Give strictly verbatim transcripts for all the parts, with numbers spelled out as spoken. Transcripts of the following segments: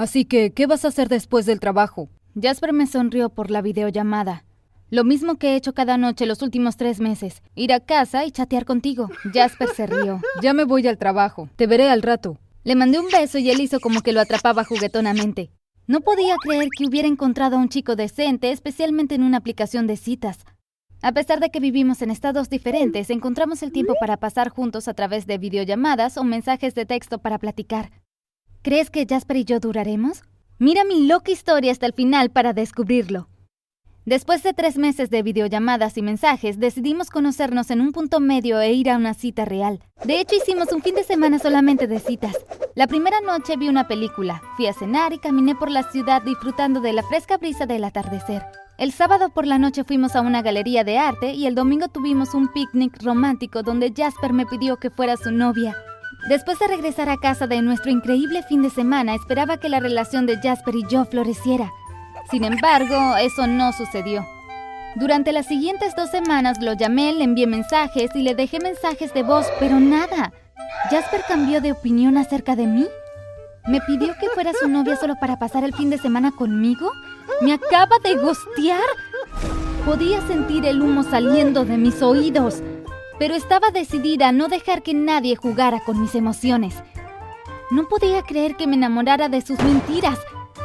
Así que, ¿qué vas a hacer después del trabajo? Jasper me sonrió por la videollamada. Lo mismo que he hecho cada noche los últimos tres meses. Ir a casa y chatear contigo. Jasper se rió. Ya me voy al trabajo. Te veré al rato. Le mandé un beso y él hizo como que lo atrapaba juguetonamente. No podía creer que hubiera encontrado a un chico decente, especialmente en una aplicación de citas. A pesar de que vivimos en estados diferentes, encontramos el tiempo para pasar juntos a través de videollamadas o mensajes de texto para platicar. ¿Crees que Jasper y yo duraremos? Mira mi loca historia hasta el final para descubrirlo. Después de tres meses de videollamadas y mensajes, decidimos conocernos en un punto medio e ir a una cita real. De hecho, hicimos un fin de semana solamente de citas. La primera noche vi una película, fui a cenar y caminé por la ciudad disfrutando de la fresca brisa del atardecer. El sábado por la noche fuimos a una galería de arte y el domingo tuvimos un picnic romántico donde Jasper me pidió que fuera su novia. Después de regresar a casa de nuestro increíble fin de semana, esperaba que la relación de Jasper y yo floreciera. Sin embargo, eso no sucedió. Durante las siguientes dos semanas lo llamé, le envié mensajes y le dejé mensajes de voz, pero nada. ¿Jasper cambió de opinión acerca de mí? ¿Me pidió que fuera su novia solo para pasar el fin de semana conmigo? ¿Me acaba de ghostear? Podía sentir el humo saliendo de mis oídos, pero estaba decidida a no dejar que nadie jugara con mis emociones. No podía creer que me enamorara de sus mentiras.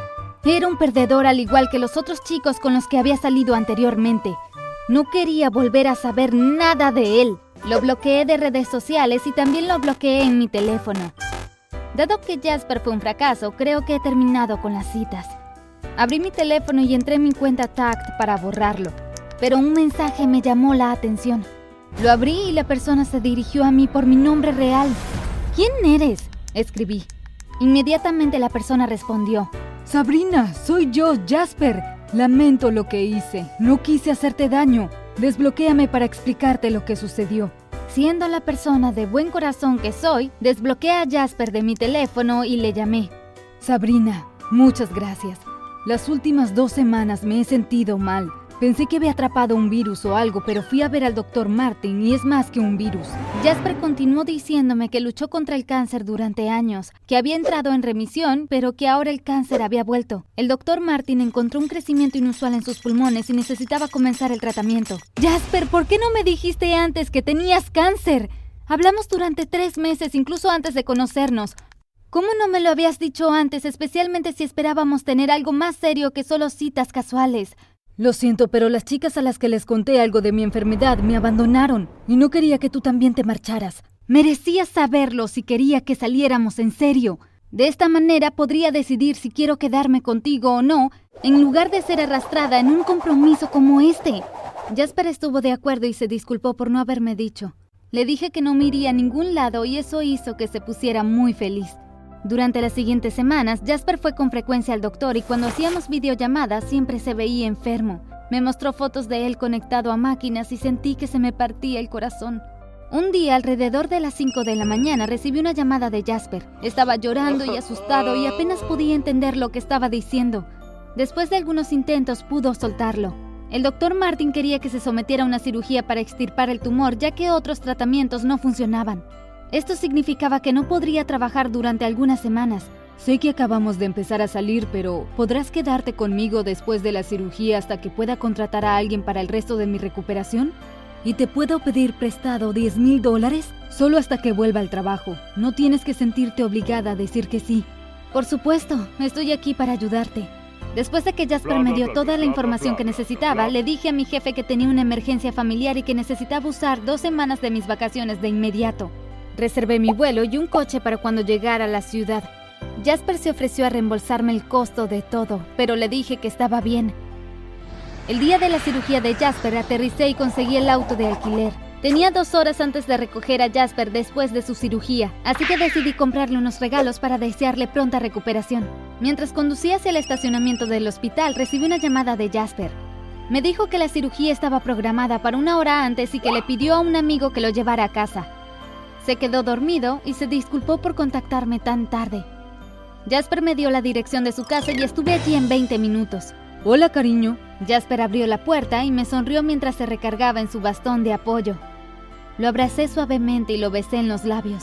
Era un perdedor al igual que los otros chicos con los que había salido anteriormente. No quería volver a saber nada de él. Lo bloqueé de redes sociales y también lo bloqueé en mi teléfono. Dado que Jasper fue un fracaso, creo que he terminado con las citas. Abrí mi teléfono y entré en mi cuenta Tagged para borrarlo, pero un mensaje me llamó la atención. Lo abrí y la persona se dirigió a mí por mi nombre real. ¿Quién eres?, escribí. Inmediatamente la persona respondió. Sabrina, soy yo, Jasper. Lamento lo que hice. No quise hacerte daño. Desbloquéame para explicarte lo que sucedió. Siendo la persona de buen corazón que soy, desbloqueé a Jasper de mi teléfono y le llamé. Sabrina, muchas gracias. Las últimas dos semanas me he sentido mal. Pensé que había atrapado un virus o algo, pero fui a ver al doctor Martin y es más que un virus. Jasper continuó diciéndome que luchó contra el cáncer durante años, que había entrado en remisión, pero que ahora el cáncer había vuelto. El doctor Martin encontró un crecimiento inusual en sus pulmones y necesitaba comenzar el tratamiento. Jasper, ¿por qué no me dijiste antes que tenías cáncer? Hablamos durante tres meses, incluso antes de conocernos. ¿Cómo no me lo habías dicho antes, especialmente si esperábamos tener algo más serio que solo citas casuales? Lo siento, pero las chicas a las que les conté algo de mi enfermedad me abandonaron y no quería que tú también te marcharas. Merecías saberlo si quería que saliéramos en serio. De esta manera podría decidir si quiero quedarme contigo o no, en lugar de ser arrastrada en un compromiso como este. Jasper estuvo de acuerdo y se disculpó por no haberme dicho. Le dije que no me iría a ningún lado y eso hizo que se pusiera muy feliz. Durante las siguientes semanas, Jasper fue con frecuencia al doctor y cuando hacíamos videollamadas siempre se veía enfermo. Me mostró fotos de él conectado a máquinas y sentí que se me partía el corazón. Un día, alrededor de las cinco de la mañana, recibí una llamada de Jasper. Estaba llorando y asustado y apenas podía entender lo que estaba diciendo. Después de algunos intentos, pudo soltarlo. El doctor Martin quería que se sometiera a una cirugía para extirpar el tumor, ya que otros tratamientos no funcionaban. Esto significaba que no podría trabajar durante algunas semanas. Sé que acabamos de empezar a salir, pero ¿podrás quedarte conmigo después de la cirugía hasta que pueda contratar a alguien para el resto de mi recuperación? ¿Y te puedo pedir prestado diez mil dólares? Solo hasta que vuelva al trabajo. No tienes que sentirte obligada a decir que sí. Por supuesto, estoy aquí para ayudarte. Después de que Jasper me dio toda la información que necesitaba, le dije a mi jefe que tenía una emergencia familiar y que necesitaba usar dos semanas de mis vacaciones de inmediato. Reservé mi vuelo y un coche para cuando llegara a la ciudad. Jasper se ofreció a reembolsarme el costo de todo, pero le dije que estaba bien. El día de la cirugía de Jasper aterricé y conseguí el auto de alquiler. Tenía dos horas antes de recoger a Jasper después de su cirugía, así que decidí comprarle unos regalos para desearle pronta recuperación. Mientras conducía hacia el estacionamiento del hospital, recibí una llamada de Jasper. Me dijo que la cirugía estaba programada para una hora antes y que le pidió a un amigo que lo llevara a casa. Se quedó dormido y se disculpó por contactarme tan tarde. Jasper me dio la dirección de su casa y estuve allí en veinte minutos. Hola, cariño. Jasper abrió la puerta y me sonrió mientras se recargaba en su bastón de apoyo. Lo abracé suavemente y lo besé en los labios.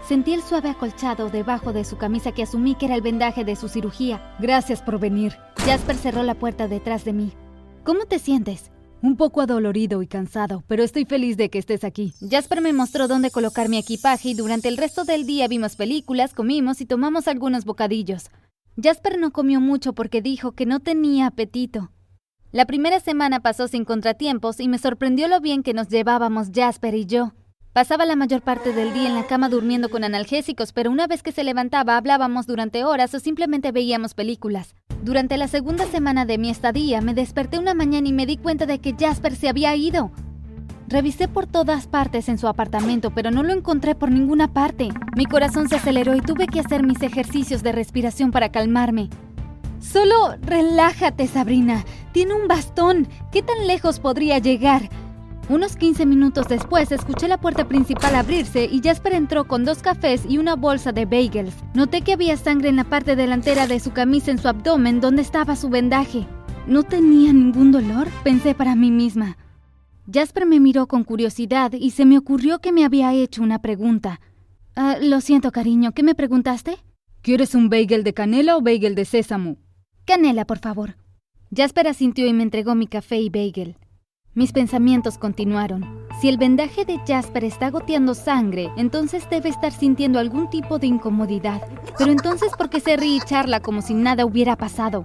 Sentí el suave acolchado debajo de su camisa que asumí que era el vendaje de su cirugía. Gracias por venir. Jasper cerró la puerta detrás de mí. ¿Cómo te sientes? Un poco adolorido y cansado, pero estoy feliz de que estés aquí. Jasper me mostró dónde colocar mi equipaje y durante el resto del día vimos películas, comimos y tomamos algunos bocadillos. Jasper no comió mucho porque dijo que no tenía apetito. La primera semana pasó sin contratiempos y me sorprendió lo bien que nos llevábamos Jasper y yo. Pasaba la mayor parte del día en la cama durmiendo con analgésicos, pero una vez que se levantaba hablábamos durante horas o simplemente veíamos películas. Durante la segunda semana de mi estadía me desperté una mañana y me di cuenta de que Jasper se había ido. Revisé por todas partes en su apartamento, pero no lo encontré por ninguna parte. Mi corazón se aceleró y tuve que hacer mis ejercicios de respiración para calmarme. Solo relájate, Sabrina. Tiene un bastón. ¿Qué tan lejos podría llegar? Unos quince minutos después escuché la puerta principal abrirse y Jasper entró con dos cafés y una bolsa de bagels. Noté que había sangre en la parte delantera de su camisa en su abdomen donde estaba su vendaje. ¿No tenía ningún dolor? Pensé para mí misma. Jasper me miró con curiosidad y se me ocurrió que me había hecho una pregunta. Uh, lo siento, cariño, ¿qué me preguntaste? ¿Quieres un bagel de canela o bagel de sésamo? Canela, por favor. Jasper asintió y me entregó mi café y bagel. Mis pensamientos continuaron. Si el vendaje de Jasper está goteando sangre, entonces debe estar sintiendo algún tipo de incomodidad. Pero entonces, ¿por qué se ríe y charla como si nada hubiera pasado?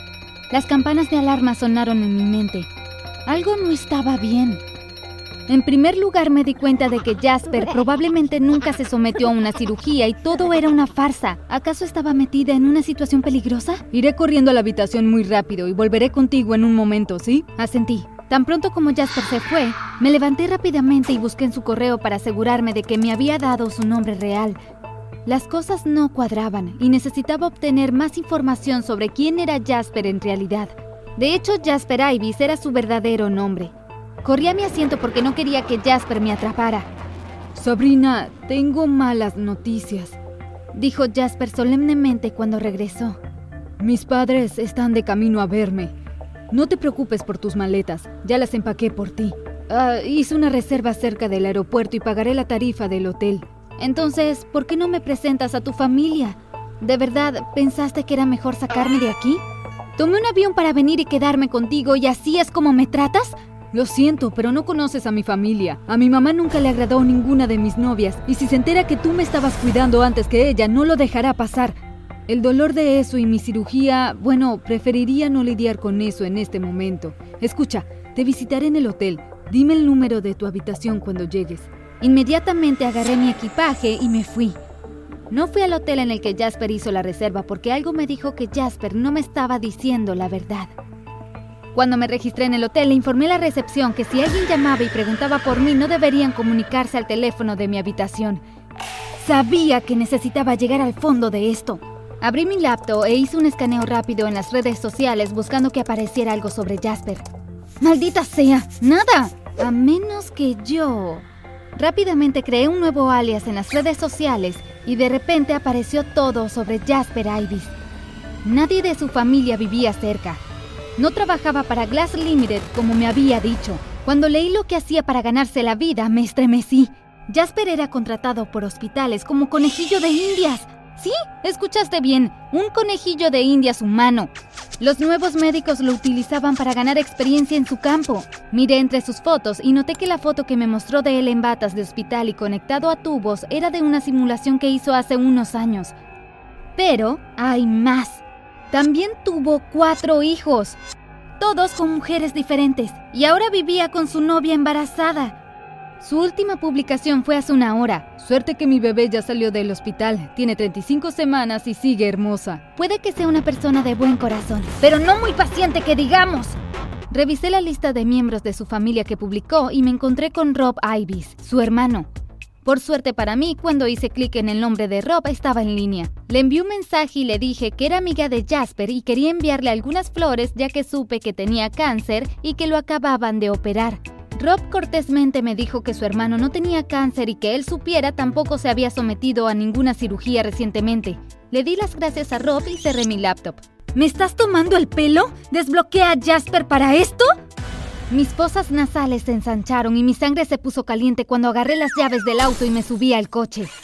Las campanas de alarma sonaron en mi mente. Algo no estaba bien. En primer lugar, me di cuenta de que Jasper probablemente nunca se sometió a una cirugía y todo era una farsa. ¿Acaso estaba metida en una situación peligrosa? Iré corriendo a la habitación muy rápido y volveré contigo en un momento, ¿sí? Asentí. Tan pronto como Jasper se fue, me levanté rápidamente y busqué en su correo para asegurarme de que me había dado su nombre real. Las cosas no cuadraban y necesitaba obtener más información sobre quién era Jasper en realidad. De hecho, Jasper Ibis era su verdadero nombre. Corrí a mi asiento porque no quería que Jasper me atrapara. Sabrina, tengo malas noticias, dijo Jasper solemnemente cuando regresó. Mis padres están de camino a verme. No te preocupes por tus maletas, ya las empaqué por ti. Uh, hice una reserva cerca del aeropuerto y pagaré la tarifa del hotel. Entonces, ¿por qué no me presentas a tu familia? ¿De verdad pensaste que era mejor sacarme de aquí? Tomé un avión para venir y quedarme contigo y así es como me tratas. Lo siento, pero no conoces a mi familia. A mi mamá nunca le agradó ninguna de mis novias y si se entera que tú me estabas cuidando antes que ella, no lo dejará pasar. El dolor de eso y mi cirugía, bueno, preferiría no lidiar con eso en este momento. Escucha, te visitaré en el hotel. Dime el número de tu habitación cuando llegues. Inmediatamente agarré mi equipaje y me fui. No fui al hotel en el que Jasper hizo la reserva porque algo me dijo que Jasper no me estaba diciendo la verdad. Cuando me registré en el hotel, le informé a la recepción que si alguien llamaba y preguntaba por mí, no deberían comunicarse al teléfono de mi habitación. Sabía que necesitaba llegar al fondo de esto. Abrí mi laptop e hice un escaneo rápido en las redes sociales buscando que apareciera algo sobre Jasper. ¡Maldita sea! ¡Nada! A menos que yo... Rápidamente creé un nuevo alias en las redes sociales y de repente apareció todo sobre Jasper Ibis. Nadie de su familia vivía cerca. No trabajaba para Glass Limited como me había dicho. Cuando leí lo que hacía para ganarse la vida, me estremecí. Jasper era contratado por hospitales como conejillo de indias. Sí, escuchaste bien, un conejillo de indias humano. Los nuevos médicos lo utilizaban para ganar experiencia en su campo. Miré entre sus fotos y noté que la foto que me mostró de él en batas de hospital y conectado a tubos era de una simulación que hizo hace unos años. Pero hay más. También tuvo cuatro hijos, todos con mujeres diferentes, y ahora vivía con su novia embarazada. Su última publicación fue hace una hora. Suerte que mi bebé ya salió del hospital. Tiene treinta y cinco semanas y sigue hermosa. Puede que sea una persona de buen corazón, pero no muy paciente que digamos. Revisé la lista de miembros de su familia que publicó y me encontré con Rob Ibis, su hermano. Por suerte para mí, cuando hice clic en el nombre de Rob, estaba en línea. Le envié un mensaje y le dije que era amiga de Jasper y quería enviarle algunas flores ya que supe que tenía cáncer y que lo acababan de operar. Rob cortésmente me dijo que su hermano no tenía cáncer y que él supiera tampoco se había sometido a ninguna cirugía recientemente. Le di las gracias a Rob y cerré mi laptop. ¿Me estás tomando el pelo? ¿Desbloquea a Jasper para esto? Mis fosas nasales se ensancharon y mi sangre se puso caliente cuando agarré las llaves del auto y me subí al coche.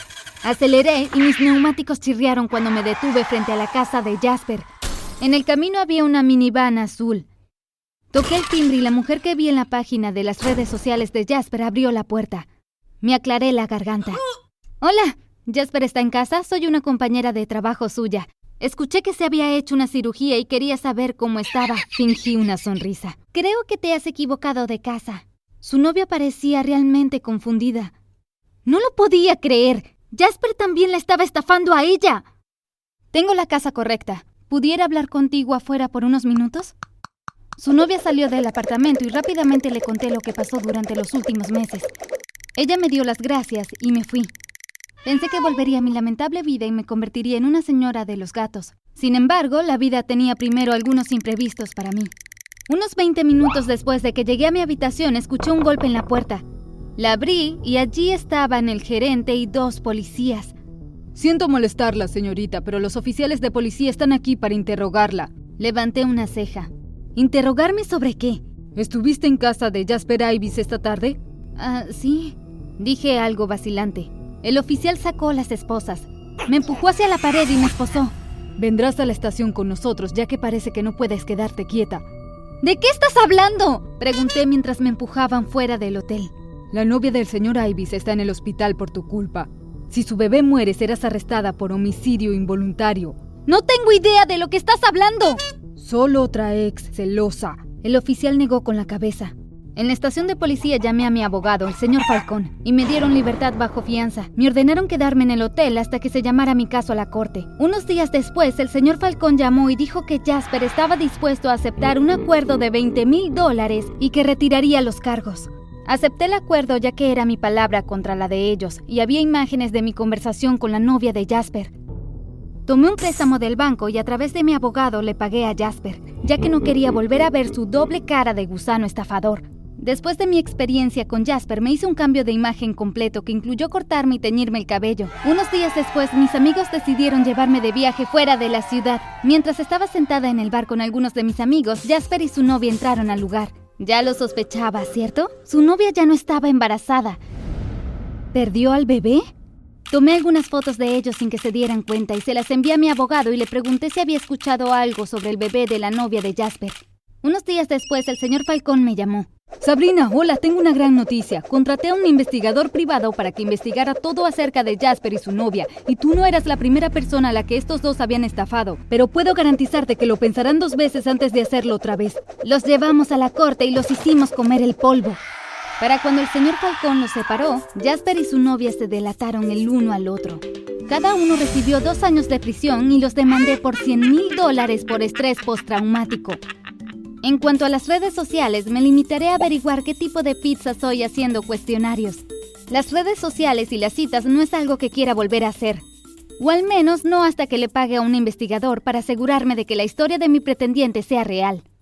Aceleré y mis neumáticos chirriaron cuando me detuve frente a la casa de Jasper. En el camino había una minivan azul. Toqué el timbre y la mujer que vi en la página de las redes sociales de Jasper abrió la puerta. Me aclaré la garganta. Hola, ¿Jasper está en casa? Soy una compañera de trabajo suya. Escuché que se había hecho una cirugía y quería saber cómo estaba. Fingí una sonrisa. Creo que te has equivocado de casa. Su novia parecía realmente confundida. No lo podía creer. Jasper también la estaba estafando a ella. Tengo la casa correcta. ¿Pudiera hablar contigo afuera por unos minutos? Su novia salió del apartamento y rápidamente le conté lo que pasó durante los últimos meses. Ella me dio las gracias y me fui. Pensé que volvería a mi lamentable vida y me convertiría en una señora de los gatos. Sin embargo, la vida tenía primero algunos imprevistos para mí. Unos veinte minutos después de que llegué a mi habitación, escuché un golpe en la puerta. La abrí y allí estaban el gerente y dos policías. Siento molestarla, señorita, pero los oficiales de policía están aquí para interrogarla. Levanté una ceja. ¿Interrogarme sobre qué? ¿Estuviste en casa de Jasper Ibis esta tarde? Ah, sí. Dije algo vacilante. El oficial sacó las esposas. Me empujó hacia la pared y me esposó. Vendrás a la estación con nosotros, ya que parece que no puedes quedarte quieta. ¿De qué estás hablando?, pregunté mientras me empujaban fuera del hotel. La novia del señor Ibis está en el hospital por tu culpa. Si su bebé muere, serás arrestada por homicidio involuntario. ¡No tengo idea de lo que estás hablando! Solo otra ex celosa. El oficial negó con la cabeza. En la estación de policía llamé a mi abogado, el señor Falcón, y me dieron libertad bajo fianza. Me ordenaron quedarme en el hotel hasta que se llamara mi caso a la corte. Unos días después, el señor Falcón llamó y dijo que Jasper estaba dispuesto a aceptar un acuerdo de veinte mil dólares y que retiraría los cargos. Acepté el acuerdo ya que era mi palabra contra la de ellos y había imágenes de mi conversación con la novia de Jasper. Tomé un préstamo del banco y a través de mi abogado le pagué a Jasper, ya que no quería volver a ver su doble cara de gusano estafador. Después de mi experiencia con Jasper, me hice un cambio de imagen completo que incluyó cortarme y teñirme el cabello. Unos días después, mis amigos decidieron llevarme de viaje fuera de la ciudad. Mientras estaba sentada en el bar con algunos de mis amigos, Jasper y su novia entraron al lugar. Ya lo sospechaba, ¿cierto? Su novia ya no estaba embarazada. ¿Perdió al bebé? Tomé algunas fotos de ellos sin que se dieran cuenta y se las envié a mi abogado y le pregunté si había escuchado algo sobre el bebé de la novia de Jasper. Unos días después, el señor Falcón me llamó. Sabrina, hola, tengo una gran noticia. Contraté a un investigador privado para que investigara todo acerca de Jasper y su novia, y tú no eras la primera persona a la que estos dos habían estafado, pero puedo garantizarte que lo pensarán dos veces antes de hacerlo otra vez. Los llevamos a la corte y los hicimos comer el polvo. Para cuando el señor Falcón los separó, Jasper y su novia se delataron el uno al otro. Cada uno recibió dos años de prisión y los demandé por cien mil dólares por estrés postraumático. En cuanto a las redes sociales, me limitaré a averiguar qué tipo de pizza soy haciendo cuestionarios. Las redes sociales y las citas no es algo que quiera volver a hacer. O al menos no hasta que le pague a un investigador para asegurarme de que la historia de mi pretendiente sea real.